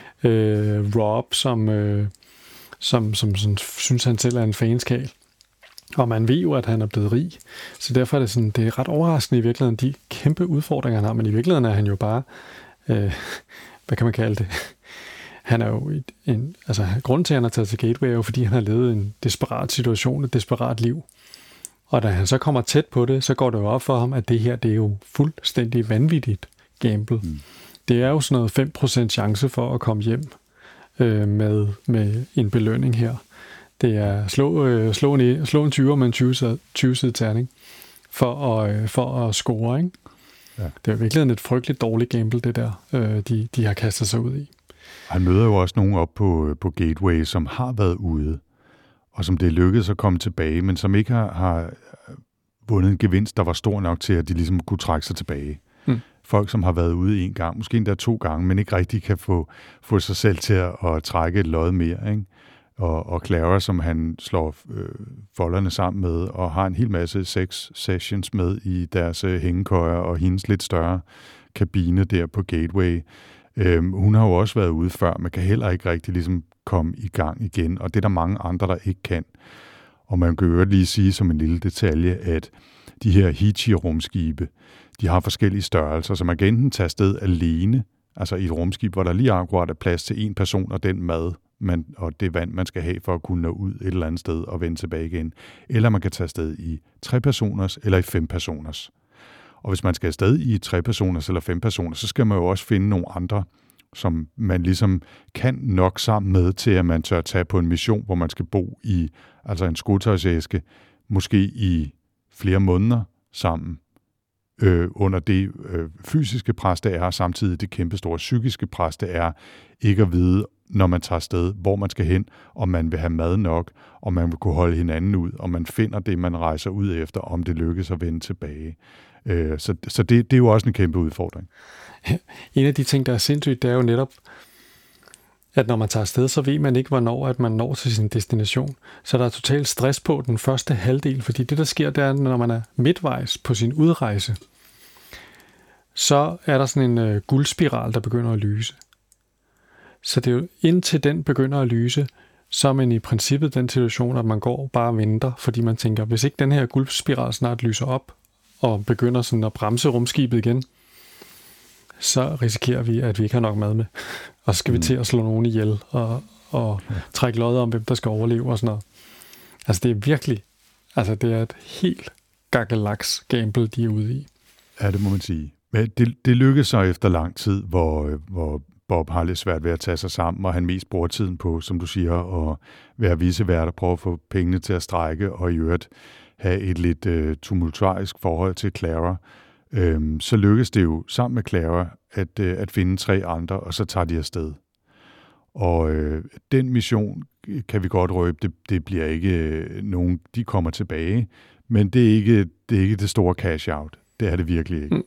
Rob, som synes, han selv er en fanskal. Og man ved jo, at han er blevet rig. Så derfor er det er ret overraskende i virkeligheden, de kæmpe udfordringer, han har. Men i virkeligheden er han jo bare, hvad kan man kalde det? Han er jo grunden til, at han har taget til Gateway, er jo, fordi han har levet en desperat situation, et desperat liv. Og da han så kommer tæt på det, så går det jo op for ham, at det her, det er jo fuldstændig vanvittigt gamble. Det er jo sådan noget 5% chance for at komme hjem med en belønning her. Det er slå en 20'er med en 20-side terning for at score, ikke? Ja. Det er virkelig et frygteligt dårligt gamble, det der, de har kastet sig ud i. Han møder jo også nogen op på Gateway, som har været ude, og som det er lykkedes at komme tilbage, men som ikke har vundet en gevinst, der var stor nok til, at de ligesom kunne trække sig tilbage. Folk, som har været ude en gang, måske endda 2 gange, men ikke rigtig kan få sig selv til at trække et lod mere, ikke? Og Clara, som han slår folderne sammen med, og har en hel masse sex sessions med i deres hængekøjer og hendes lidt større kabine der på Gateway. Hun har jo også været ude før, men kan heller ikke rigtig ligesom komme i gang igen, og det er der mange andre, der ikke kan. Og man kan jo lige sige som en lille detalje, at de her Hichi-rumskibe, de har forskellige størrelser, så man kan enten tage afsted alene, altså i et rumskib, hvor der lige akkurat er plads til en person og den mad, og det vand, man skal have for at kunne nå ud et eller andet sted og vende tilbage igen. Eller man kan tage afsted i 3-personers eller i 5-personers. Og hvis man skal afsted i 3-personers eller 5-personers, så skal man jo også finde nogle andre, som man ligesom kan nok sammen med til, at man tør tage på en mission, hvor man skal bo i altså en skotøjsæske, måske i flere måneder sammen, under det fysiske pres, det er, og samtidig det kæmpe store psykiske pres, det er ikke at vide, når man tager afsted, hvor man skal hen, om man vil have mad nok, om man vil kunne holde hinanden ud, om man finder det, man rejser ud efter, om det lykkes at vende tilbage. Så det er jo også en kæmpe udfordring. En af de ting, der er sindssygt, det er jo netop, at når man tager afsted, så ved man ikke, hvornår at man når til sin destination. Så der er totalt stress på den første halvdel, fordi det, der sker, det er, når man er midtvejs på sin udrejse, så er der sådan en guldspiral, der begynder at lyse. Så det er jo indtil den begynder at lyse, så er man i princippet den situation, at man går bare og venter, fordi man tænker, hvis ikke den her guldspiral snart lyser op, og begynder sådan at bremse rumskibet igen, så risikerer vi, at vi ikke har nok mad med. Og så skal vi til at slå nogen ihjel, og trække lodder om, hvem der skal overleve og sådan noget. Altså det er virkelig, det er et helt gakkelaks gamble, de er ude i. Ja, det må man sige. Men det lykkedes så efter lang tid, hvor Bob har lidt svært ved at tage sig sammen, og han mest bruger tiden på, som du siger, at være vicevært og prøve at få pengene til at strække, og i øvrigt have et lidt tumultuarisk forhold til Clara. Så lykkes det jo sammen med Clara at finde 3 andre, og så tager de afsted. Og den mission kan vi godt røbe, det bliver ikke nogen, de kommer tilbage, men det er ikke det store cash-out. Det er det virkelig ikke.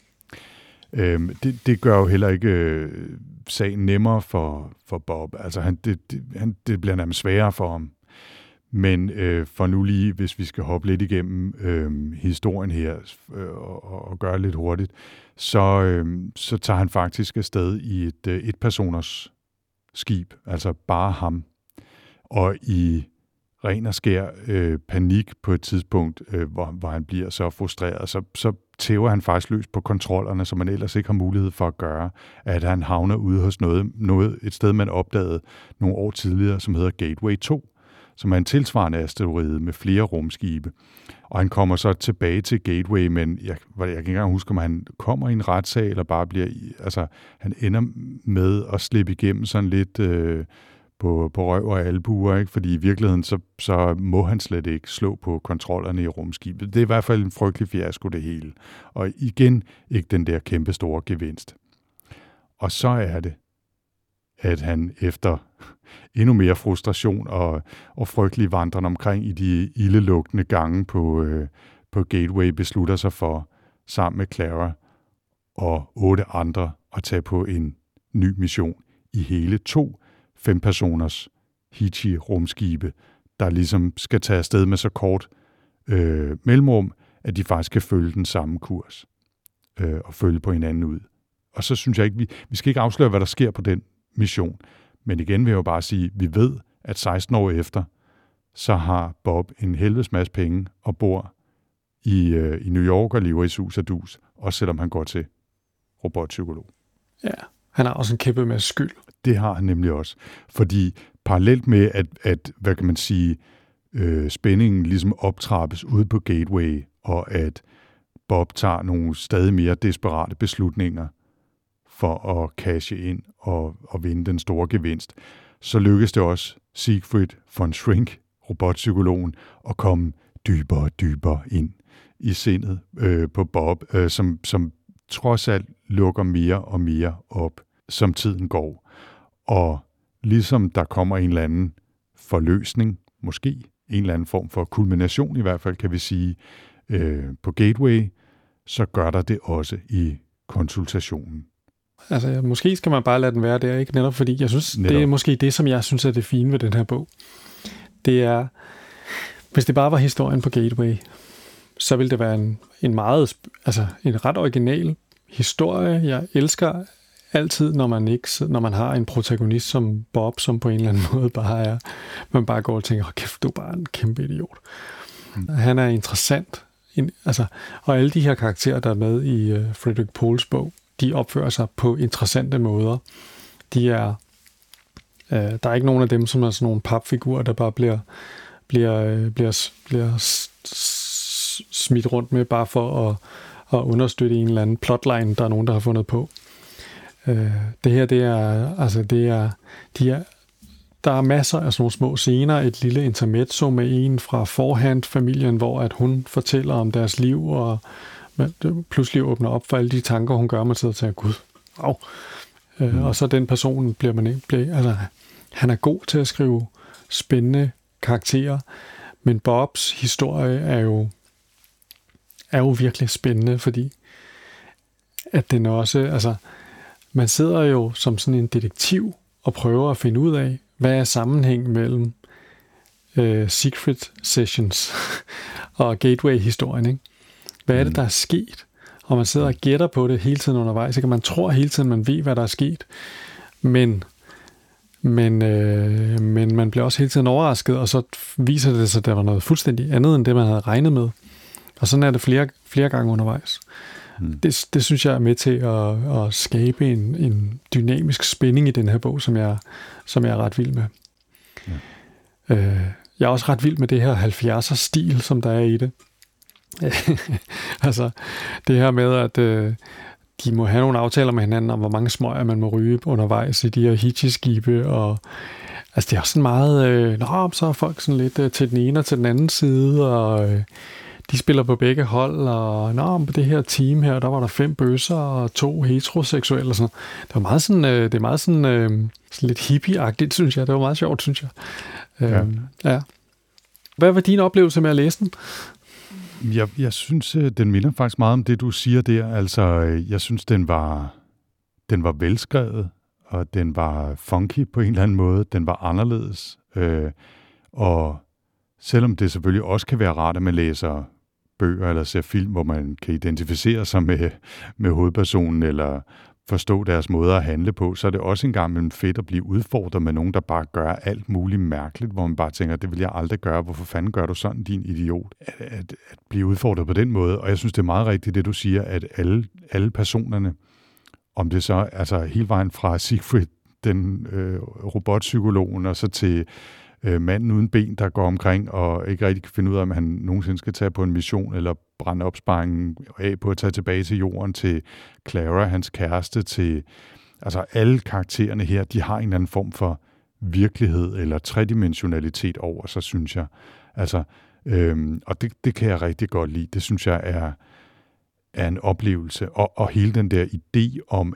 Det gør jo heller ikke sagen nemmere for Bob. Altså det bliver nærmest sværere for ham. Men for nu lige, hvis vi skal hoppe lidt igennem historien her og gøre lidt hurtigt, så tager han faktisk afsted i et personers skib, altså bare ham. Og i ren og skær panik på et tidspunkt, hvor han bliver så frustreret, så tæver han faktisk løs på kontrollerne, som man ellers ikke har mulighed for at gøre, at han havner ude hos et sted, man opdagede nogle år tidligere, som hedder Gateway 2, som er en tilsvarende asteroide med flere rumskibe. Og han kommer så tilbage til Gateway, men jeg kan ikke engang huske, om han kommer i en retssag, eller bare bliver... Altså, han ender med at slippe igennem sådan lidt på røv og albuer, ikke? Fordi i virkeligheden, så må han slet ikke slå på kontrollerne i rumskibet. Det er i hvert fald en frygtelig fiasko, det hele. Og igen, ikke den der kæmpe store gevinst. Og så er det, at han efter endnu mere frustration og frygtelig vandren omkring i de ildelugtende gange på Gateway beslutter sig for, sammen med Clara og 8 andre, at tage på en ny mission i hele 2 5-personers Hichi-rumskibe, der ligesom skal tage afsted med så kort mellemrum, at de faktisk kan følge den samme kurs og følge på hinanden ud. Og så synes jeg ikke, vi skal ikke afsløre, hvad der sker på den mission. Men igen vil jeg jo bare sige, vi ved, at 16 år efter, så har Bob en helvedes masse penge og bor i New York og lever i sus og dus, også selvom han går til robotpsykolog. Ja, han har også en kæmpe masse skyld. Det har han nemlig også. Fordi parallelt med, at hvad kan man sige, spændingen ligesom optrappes ude på Gateway, og at Bob tager nogle stadig mere desperate beslutninger for at cashe ind og vinde den store gevinst, så lykkes det også Siegfried von Schrink, robotpsykologen, at komme dybere og dybere ind i sindet på Bob, som trods alt lukker mere og mere op, som tiden går. Og ligesom der kommer en eller anden forløsning, måske en eller anden form for kulmination i hvert fald, kan vi sige, på Gateway, så gør der det også i konsultationen. Altså, måske skal man bare lade den være der, ikke? Netop fordi, jeg synes, det er måske det, som jeg synes er det fine ved den her bog. Det er, hvis det bare var historien på Gateway, så ville det være en ret original historie. Jeg elsker altid, når man har en protagonist som Bob, som på en eller anden måde bare er, man bare går og tænker, kæft, du er bare en kæmpe idiot. Han er interessant. Og alle de her karakterer, der er med i Frederik Pohls bog, de opfører sig på interessante måder. Der er ikke nogen af dem, som er sådan nogle papfigurer, der bare bliver smidt rundt med, bare for at understøtte en eller anden plotline, der er nogen, der har fundet på. Der er masser af sådan nogle små scener, et lille intermezzo med en fra Forhand-familien, hvor at hun fortæller om deres liv, og pludselig åbner op for alle de tanker, hun gør, man sidder og tænker, gud, wow. Og så den person han er god til at skrive spændende karakterer, men Bobs historie er jo virkelig spændende, fordi at den også, man sidder jo som sådan en detektiv og prøver at finde ud af, hvad er sammenhængen mellem Secret Sessions og Gateway-historien, ikke? Hvad er det, der er sket? Og man sidder og gætter på det hele tiden undervejs, ikke? Man tror hele tiden, man ved, hvad der er sket, men man bliver også hele tiden overrasket, og så viser det sig, at der var noget fuldstændig andet, end det, man havde regnet med. Og sådan er det flere gange undervejs. Det synes jeg er med til at skabe en dynamisk spænding i den her bog, som jeg er ret vild med. Ja. Jeg er også ret vild med det her 70'er stil, som der er i det. Det her med, at de må have nogle aftaler med hinanden om, hvor mange smøger man må ryge undervejs i de her Hichi-skibe, og altså det er også sådan meget, så er folk sådan lidt til den ene og til den anden side, og de spiller på begge hold, og på det her team her, der var der 5 bøsser og 2 heteroseksuelle og sådan. Det er meget sådan lidt hippie-agtigt, synes jeg. Det var meget sjovt, synes jeg. Ja. Hvad var din oplevelse med at læse den? Jeg synes, den minder faktisk meget om det, du siger der. Altså, jeg synes, den var velskrevet, og den var funky på en eller anden måde. Den var anderledes. Og selvom det selvfølgelig også kan være rart, at man læser bøger eller ser film, hvor man kan identificere sig med hovedpersonen eller forstå deres måder at handle på, så er det også en gang imellem fedt at blive udfordret med nogen, der bare gør alt muligt mærkeligt, hvor man bare tænker, det vil jeg aldrig gøre. Hvorfor fanden gør du sådan, din idiot? At blive udfordret på den måde. Og jeg synes, det er meget rigtigt, det du siger, at alle personerne, om det så altså hele vejen fra Siegfried, den robotpsykologen, og så til manden uden ben, der går omkring og ikke rigtig kan finde ud af, om han nogensinde skal tage på en mission eller brænde opsparingen af på at tage tilbage til jorden, til Clara, hans kæreste, til altså alle karaktererne her, de har en eller anden form for virkelighed eller tredimensionalitet over sig, synes jeg. Altså, og det kan jeg rigtig godt lide. Det synes jeg er en oplevelse. Og hele den der idé om,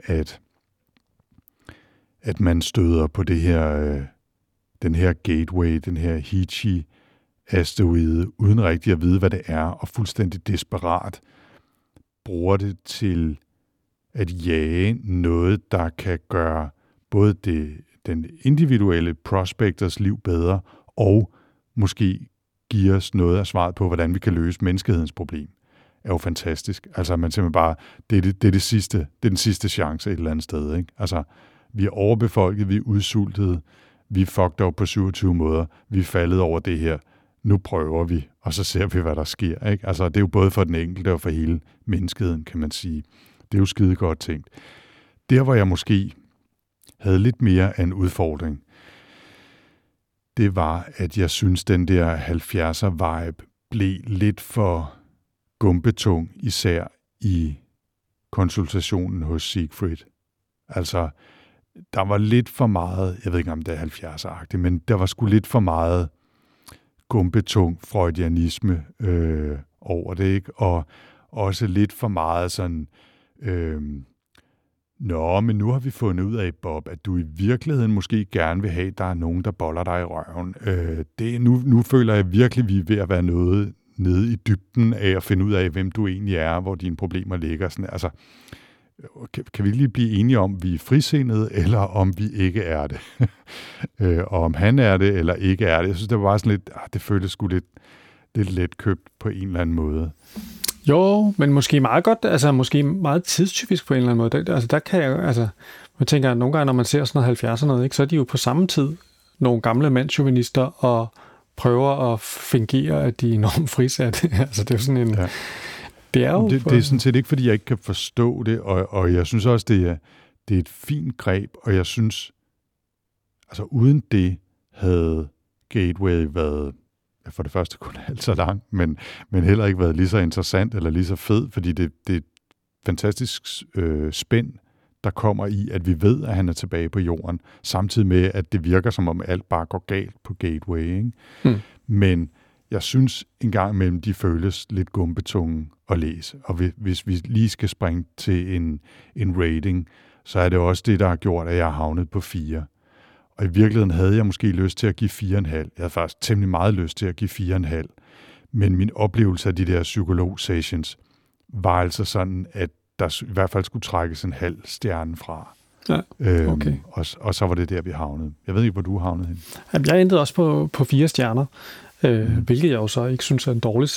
at man støder på det her den her gateway, den her Hichi-asteroide, uden rigtig at vide, hvad det er, og fuldstændig desperat bruger det til at jage noget, der kan gøre både den individuelle prospectors liv bedre, og måske give os noget af svaret på, hvordan vi kan løse menneskehedens problem, er jo fantastisk. Altså, man simpelthen bare, det er den sidste chance et eller andet sted, ikke? Altså, vi er overbefolket, vi er udsultet, vi er fucked up på 27 måder, vi er faldet over det her, nu prøver vi, og så ser vi, hvad der sker, ikke? Altså, det er jo både for den enkelte og for hele menneskeheden, kan man sige. Det er jo skide godt tænkt. Der, hvor jeg måske havde lidt mere af en udfordring, det var, at jeg synes, den der 70'er-vibe blev lidt for gumpetung, især i konsultationen hos Siegfried. Altså, der var lidt for meget, jeg ved ikke om det er 70'er-agtigt, men der var sgu lidt for meget gumpetung freudianisme over det, ikke? Og også lidt for meget sådan, men nu har vi fundet ud af, Bob, at du i virkeligheden måske gerne vil have, at der er nogen, der boller dig i røven. Nu føler jeg virkelig, vi er ved at være noget nede i dybden af at finde ud af, hvem du egentlig er, hvor dine problemer ligger. Sådan, altså, kan vi lige blive enige om, vi er frisindede, eller om vi ikke er det? Og om han er det, eller ikke er det. Jeg synes, det var bare sådan lidt, det føltes sgu lidt letkøbt på en eller anden måde. Jo, men måske meget godt, altså måske meget tidstypisk på en eller anden måde. Altså der kan jeg tænker, at nogle gange, når man ser sådan noget 70'erne, ikke, så er de jo på samme tid nogle gamle mandschauvinister og prøver at fingere, at de er enormt frisatte. Altså det er jo sådan en... Ja. Det er jo... Det er sådan set ikke, fordi jeg ikke kan forstå det, og jeg synes også, det er et fint greb, og jeg synes, altså uden det havde Gateway været for det første kun halvt så lang, men heller ikke været lige så interessant eller lige så fed, fordi det er et fantastisk spænd, der kommer i, at vi ved, at han er tilbage på jorden, samtidig med, at det virker som om alt bare går galt på Gateway, ikke? Men jeg synes en gang imellem, de føles lidt gumbetunge at læse, og hvis vi lige skal springe til en rating, så er det også det, der har gjort, at jeg har havnet på 4. Og i virkeligheden havde jeg måske lyst til at give 4,5. Jeg havde faktisk temmelig meget lyst til at give 4,5. Men min oplevelse af de der psykolog-sessions var altså sådan, at der i hvert fald skulle trækkes en halv stjerne fra. Ja, okay. Og så var det der, vi havnede. Jeg ved ikke, hvor du havnede hen. Jamen, jeg endte også på 4 stjerner, hvilket jeg jo så ikke synes er en dårlig...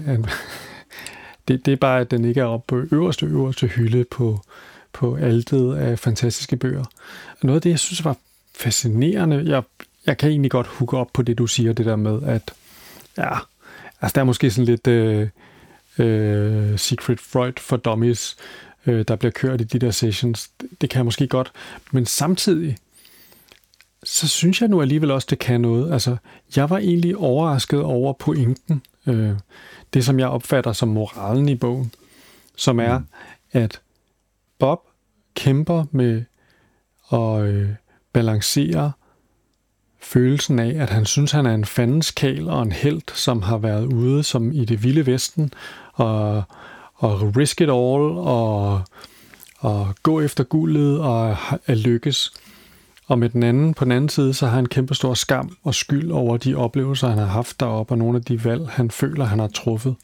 Det er bare, at den ikke er oppe på øverste hylde på altet af fantastiske bøger. Noget af det, jeg synes var fascinerende. Jeg kan egentlig godt hooke op på det, du siger, det der med, at der er måske sådan lidt Siegfried Freud for dummies, der bliver kørt i de der sessions. Det kan jeg måske godt. Men samtidig, så synes jeg nu alligevel også, det kan noget. Altså, jeg var egentlig overrasket over pointen. Det, som jeg opfatter som moralen i bogen, som er, at Bob kæmper med at balancere følelsen af, at han synes, han er en fandens karl og en helt, som har været ude som i det vilde vesten og risk it all og gå efter guldet og lykkes. Og med på den anden side, så har han kæmpe stor skam og skyld over de oplevelser, han har haft deroppe, og nogle af de valg, han føler, han har truffet.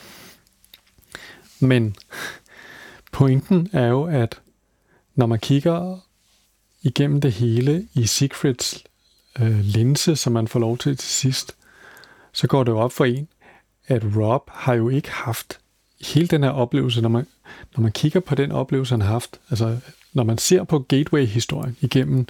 Men pointen er jo, at når man kigger igennem det hele i Siegfrieds linse, som man får lov til sidst, så går det jo op for en, at Rob har jo ikke haft hele den her oplevelse, når man kigger på den oplevelse, han har haft, altså når man ser på Gateway-historien igennem,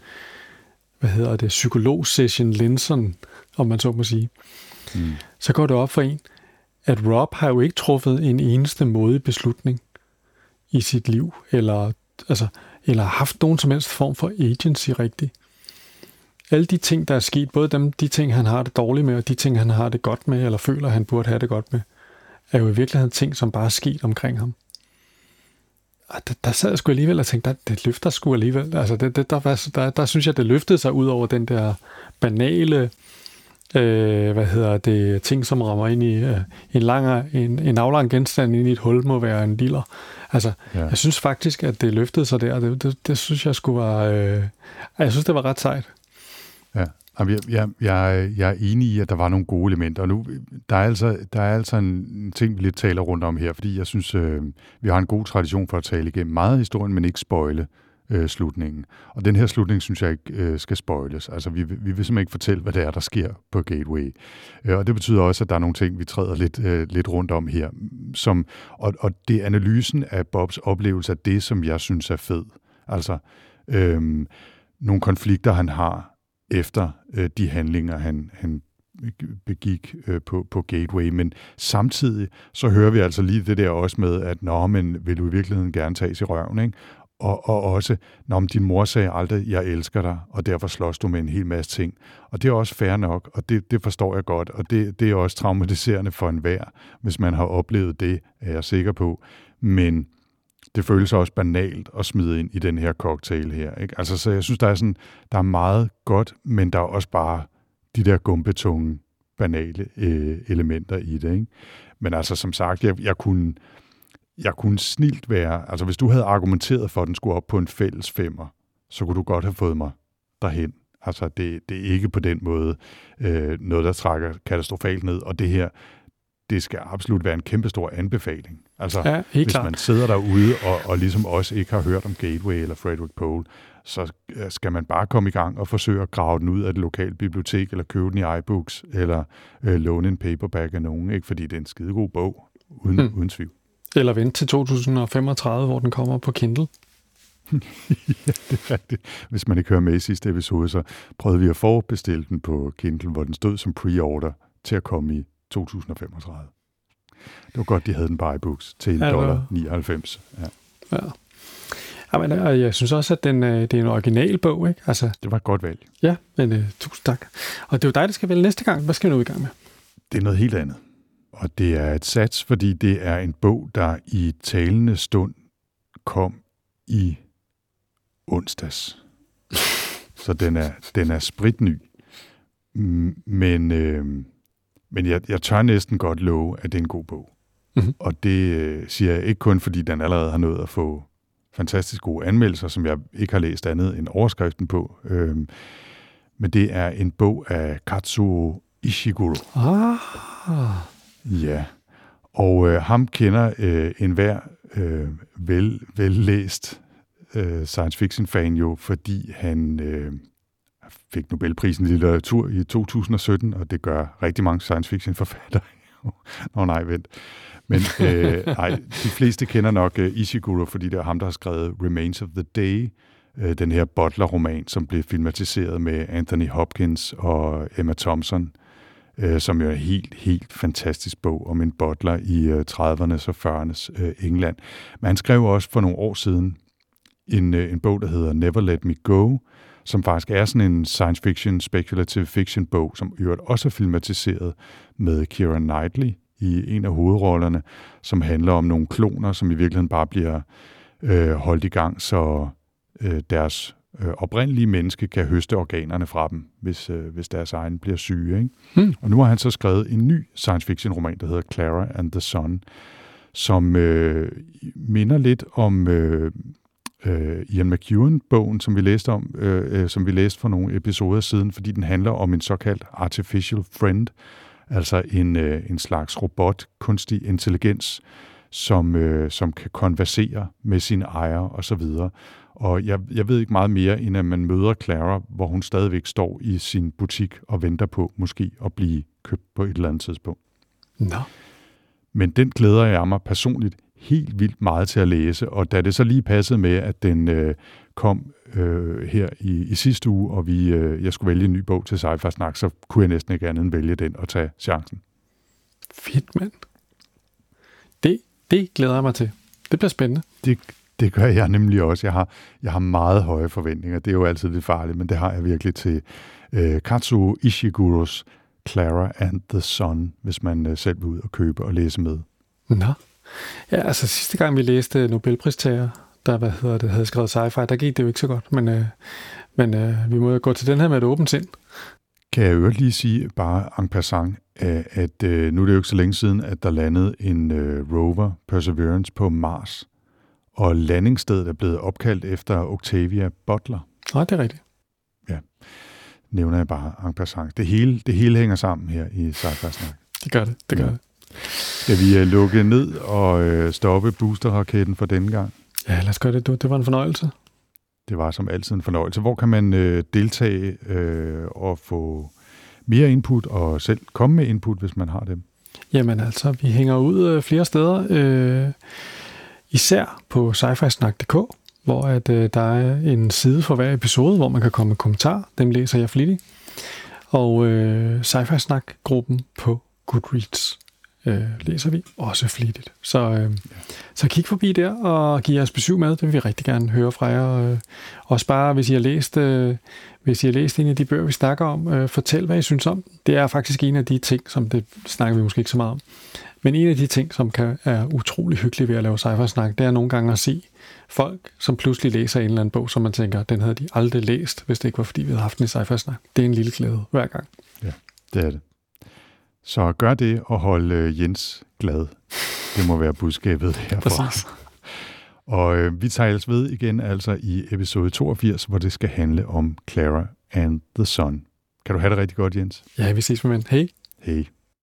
psykolog-session-linseren, om man så må sige, så går det op for en, at Rob har jo ikke truffet en eneste modig beslutning i sit liv, eller haft nogen som helst form for agency rigtigt. Alle de ting, der er sket, både de ting, han har det dårligt med, og de ting, han har det godt med, eller føler, han burde have det godt med, er jo i virkeligheden ting, som bare er sket omkring ham. Og der sad jeg sgu alligevel og tænkte, det løfter sgu alligevel. Altså, der synes jeg, det løftede sig ud over den der banale, ting, som rammer ind i en aflang genstand ind i et hul, må være en liller. Altså, ja. Jeg synes faktisk, at det løftede sig der. Det synes jeg skulle være... jeg synes, det var ret sejt. Ja. Jeg er enig i, at der var nogle gode elementer, og nu der er altså en ting, vi lidt taler rundt om her, fordi jeg synes, vi har en god tradition for at tale igennem meget af historien, men ikke spoile slutningen. Og den her slutning, synes jeg ikke skal spoiles. Altså, vi vil simpelthen ikke fortælle, hvad det er, der sker på Gateway. Og det betyder også, at der er nogle ting, vi træder lidt rundt om her. Og det er analysen af Bobs oplevelse af det, som jeg synes er fed. Altså, nogle konflikter, han har efter de handlinger, han begik på Gateway. Men samtidig, så hører vi altså lige det der også med, at men vil du i virkeligheden gerne tages i røven, ikke? Og også, din mor sagde aldrig, jeg elsker dig, og derfor slås du med en hel masse ting. Og det er også fair nok, og det forstår jeg godt, og det er også traumatiserende for enhver, hvis man har oplevet det, er jeg sikker på. Men det føles også banalt at smide ind i den her cocktail her, ikke? Altså, så jeg synes, der er meget godt, men der er også bare de der gumpetunge, banale elementer i det, ikke? Men altså, som sagt, jeg kunne snilt være... Altså, hvis du havde argumenteret for, at den skulle op på en fælles 5'er, så kunne du godt have fået mig derhen. Altså, det er ikke på den måde noget, der trækker katastrofalt ned. Og det her, det skal absolut være en kæmpestor anbefaling. Altså, ja, hvis klart. Man sidder derude og ligesom også ikke har hørt om Gateway eller Frederick Pohl, så skal man bare komme i gang og forsøge at grave den ud af det lokale bibliotek, eller købe den i iBooks, eller låne en paperback af nogen, ikke? Fordi det er en skidegod bog, uden tvivl. Eller vente til 2035, hvor den kommer på Kindle. Ja, det er rigtigt. Hvis man ikke hører med i sidste episode, så prøvede vi at forbestille den på Kindle, hvor den stod som pre-order til at komme i 2035. Det var godt, de havde den på iBooks til $1.99. Ja. Ja, men jeg synes også, at det er en original bog, ikke? Altså, det var et godt valg. Ja, men tusind tak. Og det er jo dig, der skal vælge næste gang. Hvad skal vi nu i gang med? Det er noget helt andet. Og det er et sats, fordi det er en bog, der i talende stund kom i onsdags. Så den er spritny. Men jeg tør næsten godt love, at det er en god bog. Mm-hmm. Og det siger jeg ikke kun, fordi den allerede har nået at få fantastisk gode anmeldelser, som jeg ikke har læst andet end overskriften på. Men det er en bog af Kazuo Ishiguro. Ja, og ham kender enhver vellæst science fiction fan jo, fordi han fik Nobelprisen i litteratur i 2017, og det gør rigtig mange science fiction forfattere. Vent. Men de fleste kender nok Ishiguro, fordi det er ham, der har skrevet Remains of the Day, den her Butler-roman, som blev filmatiseret med Anthony Hopkins og Emma Thompson, som jo er en helt fantastisk bog om en butler i 30'ernes og 40'ernes England. Men han skrev også for nogle år siden en bog, der hedder Never Let Me Go, som faktisk er sådan en science fiction, speculative fiction bog, som i øvrigt også er filmatiseret med Keira Knightley i en af hovedrollerne, som handler om nogle kloner, som i virkeligheden bare bliver holdt i gang, så deres oprindelige menneske kan høste organerne fra dem, hvis deres egen bliver syge. Ikke? Og nu har han så skrevet en ny science fiction roman, der hedder Clara and the Sun, som minder lidt om Ian McEwan-bogen, som vi læste om, som vi læste for nogle episoder siden, fordi den handler om en såkaldt artificial friend, altså en slags robot, kunstig intelligens, som kan konversere med sine ejere og så videre. Og jeg ved ikke meget mere, end at man møder Clara, hvor hun stadigvæk står i sin butik og venter på måske at blive købt på et eller andet tidspunkt. Nå. Men den glæder jeg mig personligt helt vildt meget til at læse, og da det så lige passede med, at den kom her i sidste uge, og jeg skulle vælge en ny bog til Sci-Fi Snak, så kunne jeg næsten ikke andet end vælge den og tage chancen. Fedt, mand. Det glæder jeg mig til. Det bliver spændende. Det gør jeg nemlig også. Jeg har meget høje forventninger. Det er jo altid lidt farligt, men det har jeg virkelig til Kazuo Ishiguros Clara and the Sun, hvis man selv vil ud og købe og læse med. Nå. Ja, altså sidste gang vi læste Nobelpristager, der havde skrevet sci-fi, der gik det jo ikke så godt, men vi må jo gå til den her med et åbent sind. Kan jeg jo lige sige bare en passant, at nu er det jo ikke så længe siden, at der landede en rover, Perseverance, på Mars, og landingsstedet er blevet opkaldt efter Octavia Butler. Nej, det er rigtigt. Ja, nævner jeg bare en passant. Det hele hænger sammen her i Sci-Fi Snak. Det gør det. Skal vi lukke ned og stoppe boosterraketten for denne gang? Ja, lad os gøre det. Det var en fornøjelse. Det var som altid en fornøjelse. Hvor kan man deltage og få mere input og selv komme med input, hvis man har dem? Jamen altså, vi hænger ud flere steder. Især på sci-fi-snak.dk, hvor der er en side for hver episode, hvor man kan komme med kommentarer. Dem læser jeg flittigt. Og Sci-Fi Snak-gruppen på Goodreads læser vi også flittigt. Så kig forbi der og giv jeres besøg med. Det vil vi rigtig gerne høre fra jer. Også bare, hvis I har læst en af de bøger, vi snakker om, fortæl, hvad I synes om. Det er faktisk en af de ting, som det snakker vi måske ikke så meget om. Men en af de ting, som er utrolig hyggeligt ved at lave sci-fi snak, det er nogle gange at se folk, som pludselig læser en eller anden bog, som man tænker, den havde de aldrig læst, hvis det ikke var, fordi vi havde haft den i sci-fi snak. Det er en lille glæde hver gang. Ja, det er det. Så gør det og hold Jens glad. Det må være budskabet herfra. Præcis. Og vi tager ved igen altså i episode 82, hvor det skal handle om Clara and the Sun. Kan du have det rigtig godt, Jens? Ja, vi ses med mænd. Hej. Hej.